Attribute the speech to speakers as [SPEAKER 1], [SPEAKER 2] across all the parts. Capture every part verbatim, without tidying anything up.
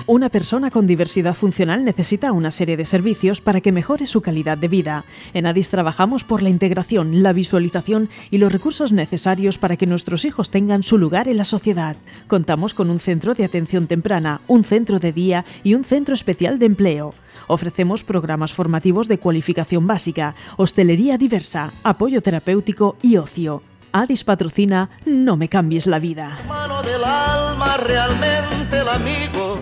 [SPEAKER 1] Una persona con diversidad funcional necesita una serie de servicios para que mejore su calidad de vida. En ADIS trabajamos por la integración, la visualización y los recursos necesarios para que nuestros hijos tengan su lugar en la sociedad. Contamos con un centro de atención temprana, un centro de día y un centro especial de empleo. Ofrecemos programas formativos de cualificación básica, hostelería diversa, apoyo terapéutico y ocio. ADIS patrocina No me cambies la vida.
[SPEAKER 2] Mano del alma, realmente el amigo.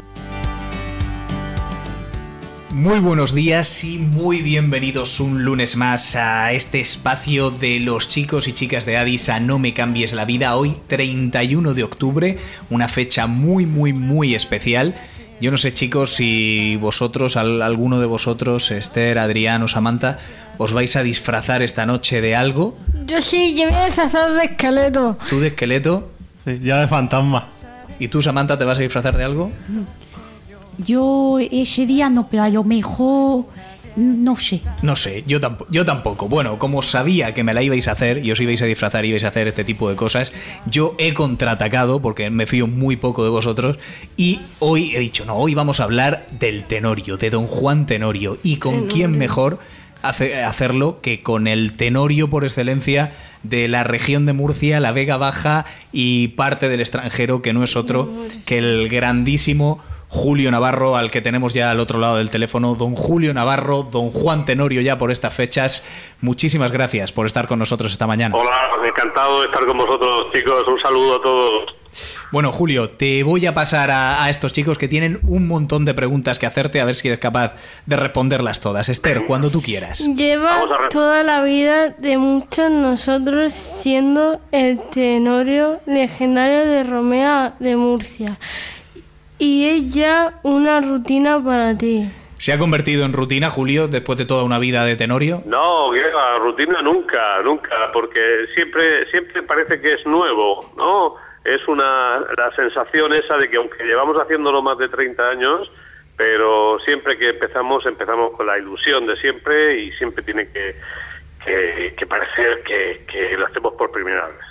[SPEAKER 3] Muy buenos días y muy bienvenidos un lunes más a este espacio de los chicos y chicas de ADIS a No me cambies la vida. Hoy treinta y uno de octubre, una fecha muy muy muy especial. Yo no sé, chicos, si vosotros, alguno de vosotros, Esther, Adrián o Samantha, os vais a disfrazar esta noche de algo.
[SPEAKER 4] Yo sí, yo me voy a disfrazar de esqueleto.
[SPEAKER 3] ¿Tú de esqueleto?
[SPEAKER 5] Sí, ya de fantasma.
[SPEAKER 3] ¿Y tú, Samantha, te vas a disfrazar de algo?
[SPEAKER 6] Yo ese día no, pero a lo mejor no sé.
[SPEAKER 3] No sé, yo, tamp- yo tampoco. Bueno, como sabía que me la ibais a hacer y os ibais a disfrazar y ibais a hacer este tipo de cosas, yo he contraatacado porque me fío muy poco de vosotros y hoy he dicho, no, hoy vamos a hablar del Tenorio, de Don Juan Tenorio. ¿Y con Tenorio. quién mejor hace, hacerlo que con el Tenorio por excelencia de la región de Murcia, la Vega Baja y parte del extranjero, que no es otro que el grandísimo Julio Navarro, al que tenemos ya al otro lado del teléfono? Don Julio Navarro, Don Juan Tenorio, ya por estas fechas. Muchísimas gracias por estar con nosotros esta mañana.
[SPEAKER 7] Hola, encantado de estar con vosotros, chicos. Un saludo a todos.
[SPEAKER 3] Bueno, Julio, te voy a pasar a, a estos chicos que tienen un montón de preguntas que hacerte, a ver si eres capaz de responderlas todas. Esther, cuando tú quieras.
[SPEAKER 4] Lleva toda la vida de muchos nosotros siendo el Tenorio legendario de Romea de Murcia. Y es ya una rutina para ti.
[SPEAKER 3] ¿Se ha convertido en rutina, Julio, después de toda una vida de Tenorio?
[SPEAKER 7] No, la rutina nunca, nunca, porque siempre siempre parece que es nuevo, ¿no? Es una la sensación esa de que aunque llevamos haciéndolo más de treinta años, pero siempre que empezamos, empezamos con la ilusión de siempre y siempre tiene que, que, que parecer que, que lo hacemos por primera vez.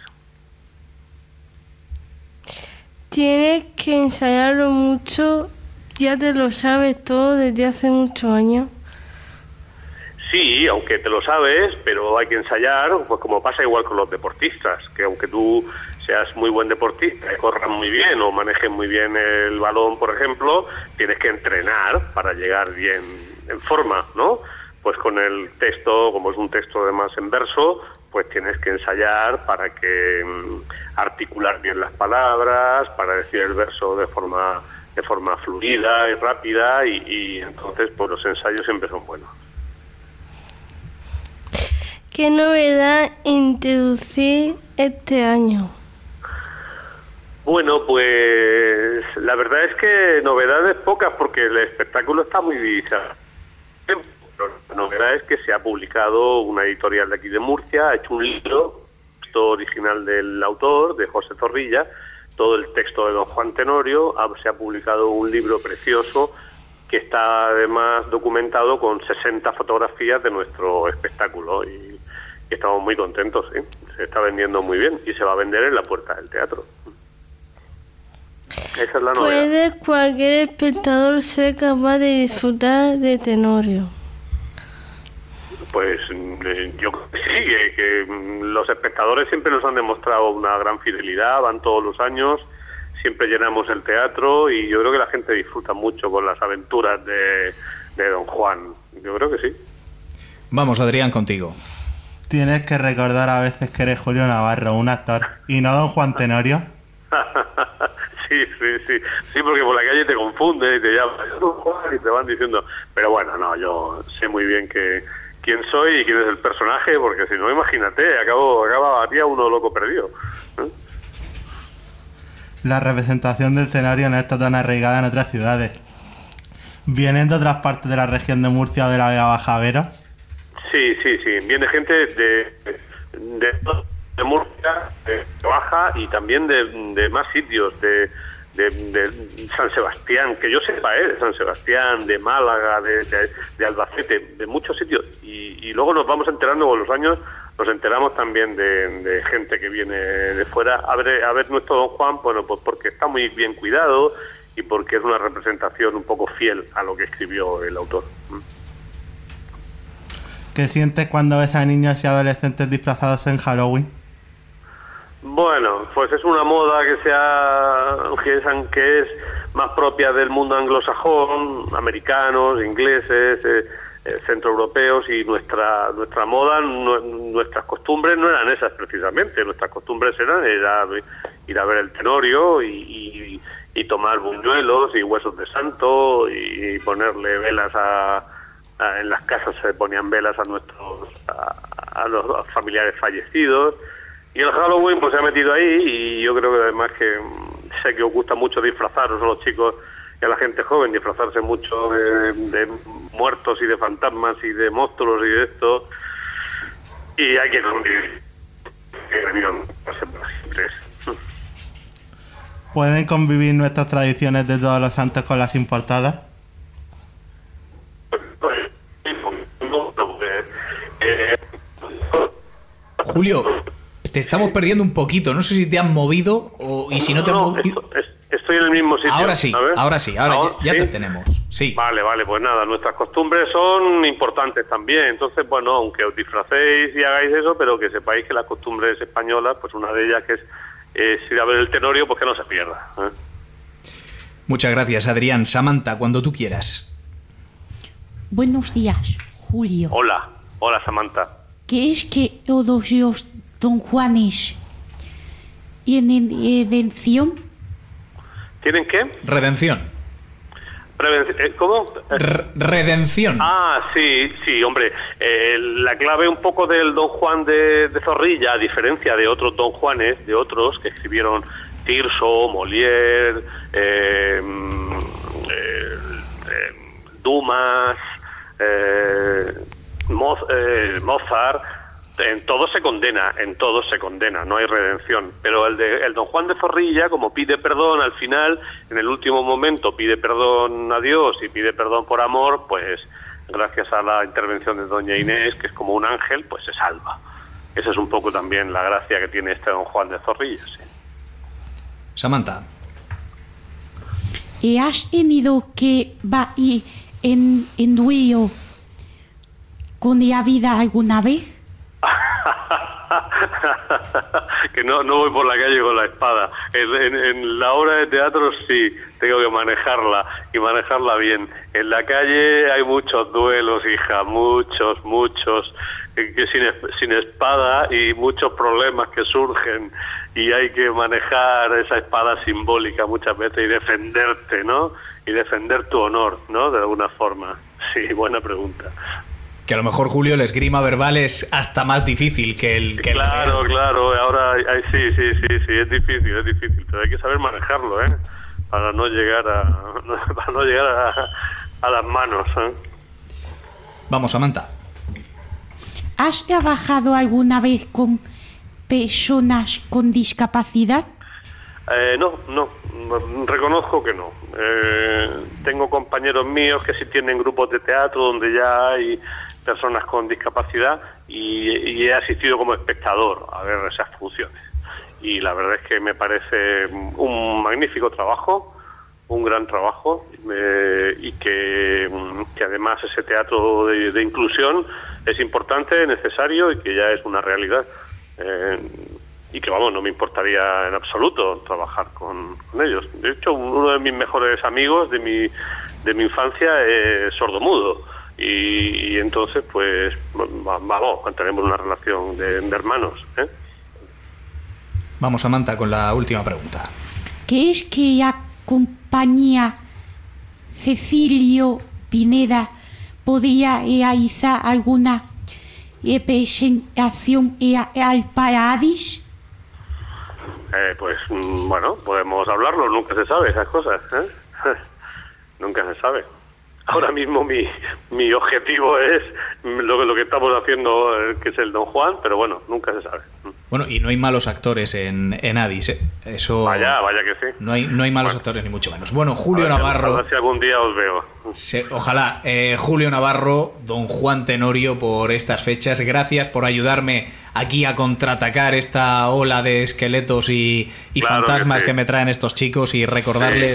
[SPEAKER 4] Tienes que ensayarlo mucho, ya te lo sabes todo desde hace muchos años.
[SPEAKER 7] Sí, aunque te lo sabes, pero hay que ensayar, pues como pasa igual con los deportistas, que aunque tú seas muy buen deportista, y corras muy bien o manejes muy bien el balón, por ejemplo, tienes que entrenar para llegar bien en forma, ¿no? Pues con el texto, como es un texto además en verso, pues tienes que ensayar para que um, articular bien las palabras, para decir el verso de forma de forma fluida y rápida y, y entonces pues los ensayos siempre son buenos.
[SPEAKER 4] ¿Qué novedad introducir este año?
[SPEAKER 7] Bueno, pues la verdad es que novedades pocas porque el espectáculo está muy divisado. La novedad es que se ha publicado una editorial de aquí de Murcia, ha hecho un libro, texto original del autor, de José Zorrilla, todo el texto de Don Juan Tenorio, se ha publicado un libro precioso que está además documentado con sesenta fotografías de nuestro espectáculo y, y estamos muy contentos, ¿sí? Se está vendiendo muy bien y se va a vender en la puerta del teatro. Esa es la novedad.
[SPEAKER 4] ¿Puede cualquier espectador ser capaz de disfrutar de Tenorio?
[SPEAKER 7] Pues eh, yo creo que sí, que, que los espectadores siempre nos han demostrado una gran fidelidad, van todos los años, siempre llenamos el teatro y yo creo que la gente disfruta mucho con las aventuras de, de Don Juan. Yo creo que sí.
[SPEAKER 3] Vamos, Adrián, contigo.
[SPEAKER 5] Tienes que recordar a veces que eres Julio Navarro, un actor, y no Don Juan Tenorio.
[SPEAKER 7] Sí, sí, sí, sí, porque por la calle te confunden y te llaman Don Juan y te van diciendo, pero bueno, no, yo sé muy bien que quién soy y quién es el personaje, porque si no, imagínate, acabo, acabaría uno loco perdido. ¿Eh?
[SPEAKER 5] La representación del Tenorio no está tan arraigada en otras ciudades. ¿Vienen de otras partes de la región de Murcia o de la Vega Baja, Vero?
[SPEAKER 7] Sí, sí, sí, viene gente de, de, de Murcia, de Baja y también de, de más sitios, de, de, de San Sebastián, que yo sepa, ¿eh? De San Sebastián, de Málaga, de, de, de Albacete, de muchos sitios. Y, y luego nos vamos enterando con los años, nos enteramos también de, de gente que viene de fuera a ver, a ver nuestro Don Juan, bueno, pues porque está muy bien cuidado y porque es una representación un poco fiel a lo que escribió el autor.
[SPEAKER 5] ¿Qué sientes cuando ves a niños y adolescentes disfrazados en Halloween?
[SPEAKER 7] Bueno, pues es una moda que se ha, que es, que es más propia del mundo anglosajón, americanos, ingleses, eh, eh, centroeuropeos, y nuestra nuestra moda, nu, nuestras costumbres no eran esas precisamente. Nuestras costumbres eran ir a, ir a ver el Tenorio y, y, y tomar buñuelos y huesos de santo y ponerle velas a, a en las casas se ponían velas a nuestros a, a los familiares fallecidos. Y el Halloween pues se ha metido ahí, y yo creo que además que sé que os gusta mucho disfrazaros a los chicos y a la gente joven, disfrazarse mucho de, de muertos y de fantasmas y de monstruos y de esto, y hay que convivir.
[SPEAKER 5] ¿Pueden convivir nuestras tradiciones de Todos los Santos con las importadas?
[SPEAKER 3] Julio, te estamos perdiendo un poquito. No sé si te han movido o y si no te han
[SPEAKER 7] no,
[SPEAKER 3] movido.
[SPEAKER 7] Estoy en el mismo sitio.
[SPEAKER 3] Ahora sí, ahora sí, ahora, ahora ya, ya ¿sí? te tenemos. Sí.
[SPEAKER 7] Vale, vale, pues nada, nuestras costumbres son importantes también. Entonces, bueno, aunque os disfracéis y hagáis eso, pero que sepáis que las costumbres españolas, pues una de ellas que es, es ir a ver el Tenorio, pues que no se pierda. ¿eh?
[SPEAKER 3] Muchas gracias, Adrián. Samantha, cuando tú quieras.
[SPEAKER 6] Buenos días, Julio.
[SPEAKER 7] Hola, hola Samantha.
[SPEAKER 6] ¿Qué es que todos los Don Juanes tienen redención?
[SPEAKER 7] ¿Tienen qué?
[SPEAKER 3] Redención.
[SPEAKER 7] Preven- ¿Cómo?
[SPEAKER 3] R- redención.
[SPEAKER 7] Ah, sí, sí, hombre. Eh, la clave un poco del Don Juan de, de Zorrilla, a diferencia de otros Don Juanes, de otros que escribieron Tirso, Molière, eh, eh, eh, Dumas, eh, Moz, eh, Mozart, en todo se condena, en todo se condena, no hay redención. Pero el de el Don Juan de Zorrilla, como pide perdón al final, en el último momento pide perdón a Dios y pide perdón por amor, pues gracias a la intervención de doña Inés, que es como un ángel, pues se salva. Esa es un poco también la gracia que tiene este Don Juan de Zorrilla, sí.
[SPEAKER 3] Samantha.
[SPEAKER 6] ¿Y has tenido que va y en, en duelo con la vida alguna vez?
[SPEAKER 7] Que no, no voy por la calle con la espada. En, en, en la obra de teatro sí, tengo que manejarla y manejarla bien. En la calle hay muchos duelos, hija, muchos, muchos, que, que sin, sin espada y muchos problemas que surgen, y hay que manejar esa espada simbólica muchas veces y defenderte, ¿no? Y defender tu honor, ¿no? De alguna forma. Sí, buena pregunta.
[SPEAKER 3] Que a lo mejor, Julio, el esgrima verbal es hasta más difícil que el... Que
[SPEAKER 7] claro,
[SPEAKER 3] el...
[SPEAKER 7] claro, ahora hay, hay, sí, sí, sí, sí, es difícil, es difícil, pero hay que saber manejarlo, ¿eh? Para no llegar a, para no llegar a, a las manos, ¿eh?
[SPEAKER 3] Vamos, Samantha.
[SPEAKER 6] ¿Has trabajado alguna vez con personas con discapacidad?
[SPEAKER 7] Eh, no, no, reconozco que no. Eh, tengo compañeros míos que sí tienen grupos de teatro donde ya hay personas con discapacidad, y, y he asistido como espectador a ver esas funciones. Y la verdad es que me parece un magnífico trabajo, un gran trabajo, eh, y que, que además ese teatro de, de inclusión es importante, necesario, y que ya es una realidad. Eh, y que, vamos, no me importaría en absoluto trabajar con, con ellos. De hecho, uno de mis mejores amigos de mi, de mi infancia es sordomudo. Y, y entonces, pues, vamos, mantenemos una relación de, de hermanos, ¿eh?
[SPEAKER 3] Vamos, Samantha, con la última pregunta.
[SPEAKER 6] ¿Qué es que la compañía Cecilio Pineda podría realizar alguna representación al Paradis?
[SPEAKER 7] Eh, pues, bueno, podemos hablarlo, nunca se sabe esas cosas, ¿eh? Nunca se sabe. Ahora mismo mi, mi objetivo es lo, lo que estamos haciendo, que es el Don Juan, pero bueno, nunca se sabe.
[SPEAKER 3] Bueno, y no hay malos actores en, en Adis, ¿eh? Eso...
[SPEAKER 7] Vaya, vaya que sí.
[SPEAKER 3] No hay, no hay malos
[SPEAKER 7] bueno.
[SPEAKER 3] actores, ni mucho menos. Bueno, Julio
[SPEAKER 7] a ver,
[SPEAKER 3] Navarro...
[SPEAKER 7] A ver si algún día os veo.
[SPEAKER 3] Se, ojalá. Eh, Julio Navarro, Don Juan Tenorio, por estas fechas. Gracias por ayudarme aquí a contraatacar esta ola de esqueletos y, y
[SPEAKER 7] claro
[SPEAKER 3] fantasmas que,
[SPEAKER 7] que, sí.
[SPEAKER 3] que me traen estos chicos, y recordarles...
[SPEAKER 7] Sí.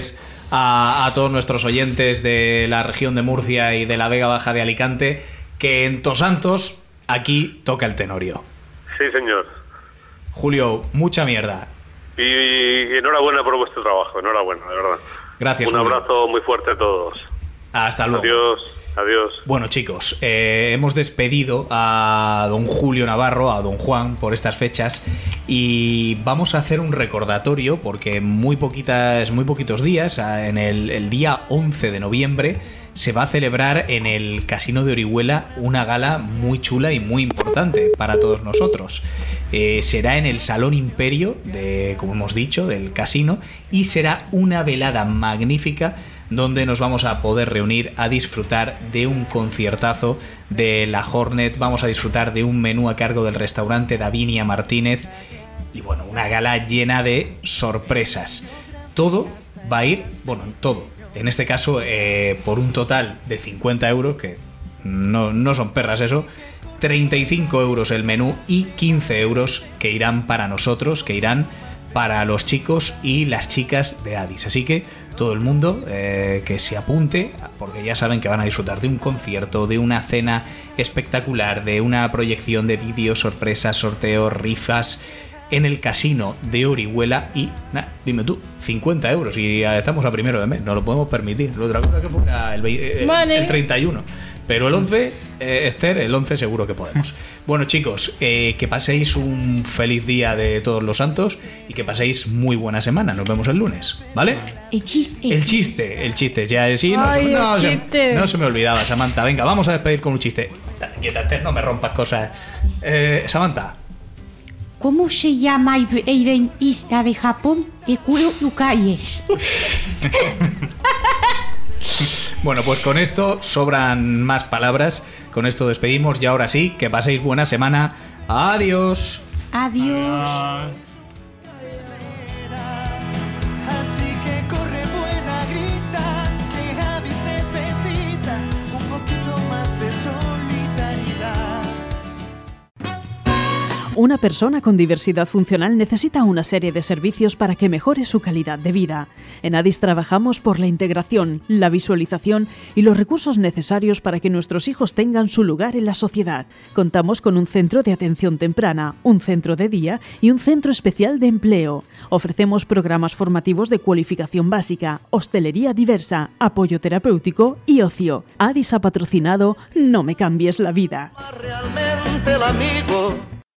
[SPEAKER 3] a, a todos nuestros oyentes de la región de Murcia y de la Vega Baja de Alicante que en Tosantos aquí toca el tenorio.
[SPEAKER 7] Sí, señor.
[SPEAKER 3] Julio, mucha mierda.
[SPEAKER 7] Y, y enhorabuena por vuestro trabajo, enhorabuena, de verdad.
[SPEAKER 3] Gracias,
[SPEAKER 7] Un
[SPEAKER 3] Julio.
[SPEAKER 7] abrazo muy fuerte a todos.
[SPEAKER 3] Hasta luego.
[SPEAKER 7] Adiós, adiós.
[SPEAKER 3] Bueno, chicos, eh, hemos despedido a don Julio Navarro, a don Juan, por estas fechas y vamos a hacer un recordatorio porque muy poquitas, muy poquitos días, en el, el día once de noviembre, se va a celebrar en el Casino de Orihuela una gala muy chula y muy importante para todos nosotros. Eh, será en el Salón Imperio, de, como hemos dicho, del casino, y será una velada magnífica donde nos vamos a poder reunir a disfrutar de un conciertazo de la Hornet, vamos a disfrutar de un menú a cargo del restaurante Davinia Martínez y bueno, una gala llena de sorpresas. Todo va a ir, bueno, todo, en este caso eh, por un total de cincuenta euros, que no, no son perras eso, treinta y cinco euros el menú y quince euros que irán para nosotros, que irán para los chicos y las chicas de Addis. Así que todo el mundo eh, que se apunte, porque ya saben que van a disfrutar de un concierto, de una cena espectacular, de una proyección de vídeos, sorpresas, sorteos, rifas en el Casino de Orihuela y, nah, dime tú, cincuenta euros y estamos a primero de mes, no lo podemos permitir. La otra cosa que fuera el, el,
[SPEAKER 4] Vale.
[SPEAKER 3] el treinta y uno. Pero el once, eh, Esther, el once seguro que podemos. Bueno, chicos, eh, que paséis un feliz día de Todos los Santos y que paséis muy buena semana. Nos vemos el lunes, ¿vale?
[SPEAKER 6] El chiste.
[SPEAKER 3] El chiste, el chiste. Ya, sí, no,
[SPEAKER 4] Ay,
[SPEAKER 3] se, no,
[SPEAKER 4] el
[SPEAKER 3] se-
[SPEAKER 4] chiste.
[SPEAKER 3] no se me olvidaba, Samantha. Venga, vamos a despedir con un chiste. Date quieta, Esther, no me rompas cosas. Eh, Samantha.
[SPEAKER 6] ¿Cómo se llama el isla de Japón? El culo Yukayes.
[SPEAKER 3] Bueno, pues con esto sobran más palabras. Con esto despedimos y ahora sí, que paséis buena semana. Adiós.
[SPEAKER 6] Adiós.
[SPEAKER 8] Así que corre, buena, grita, que Addis necesita un poquito más de solidaridad.
[SPEAKER 1] Una persona con diversidad funcional necesita una serie de servicios para que mejore su calidad de vida. En Addis trabajamos por la integración, la visualización y los recursos necesarios para que nuestros hijos tengan su lugar en la sociedad. Contamos con un centro de atención temprana, un centro de día y un centro especial de empleo. Ofrecemos programas formativos de cualificación básica, hostelería diversa, apoyo terapéutico y ocio. Addis ha patrocinado No me cambies la vida.
[SPEAKER 2] Realmente el amigo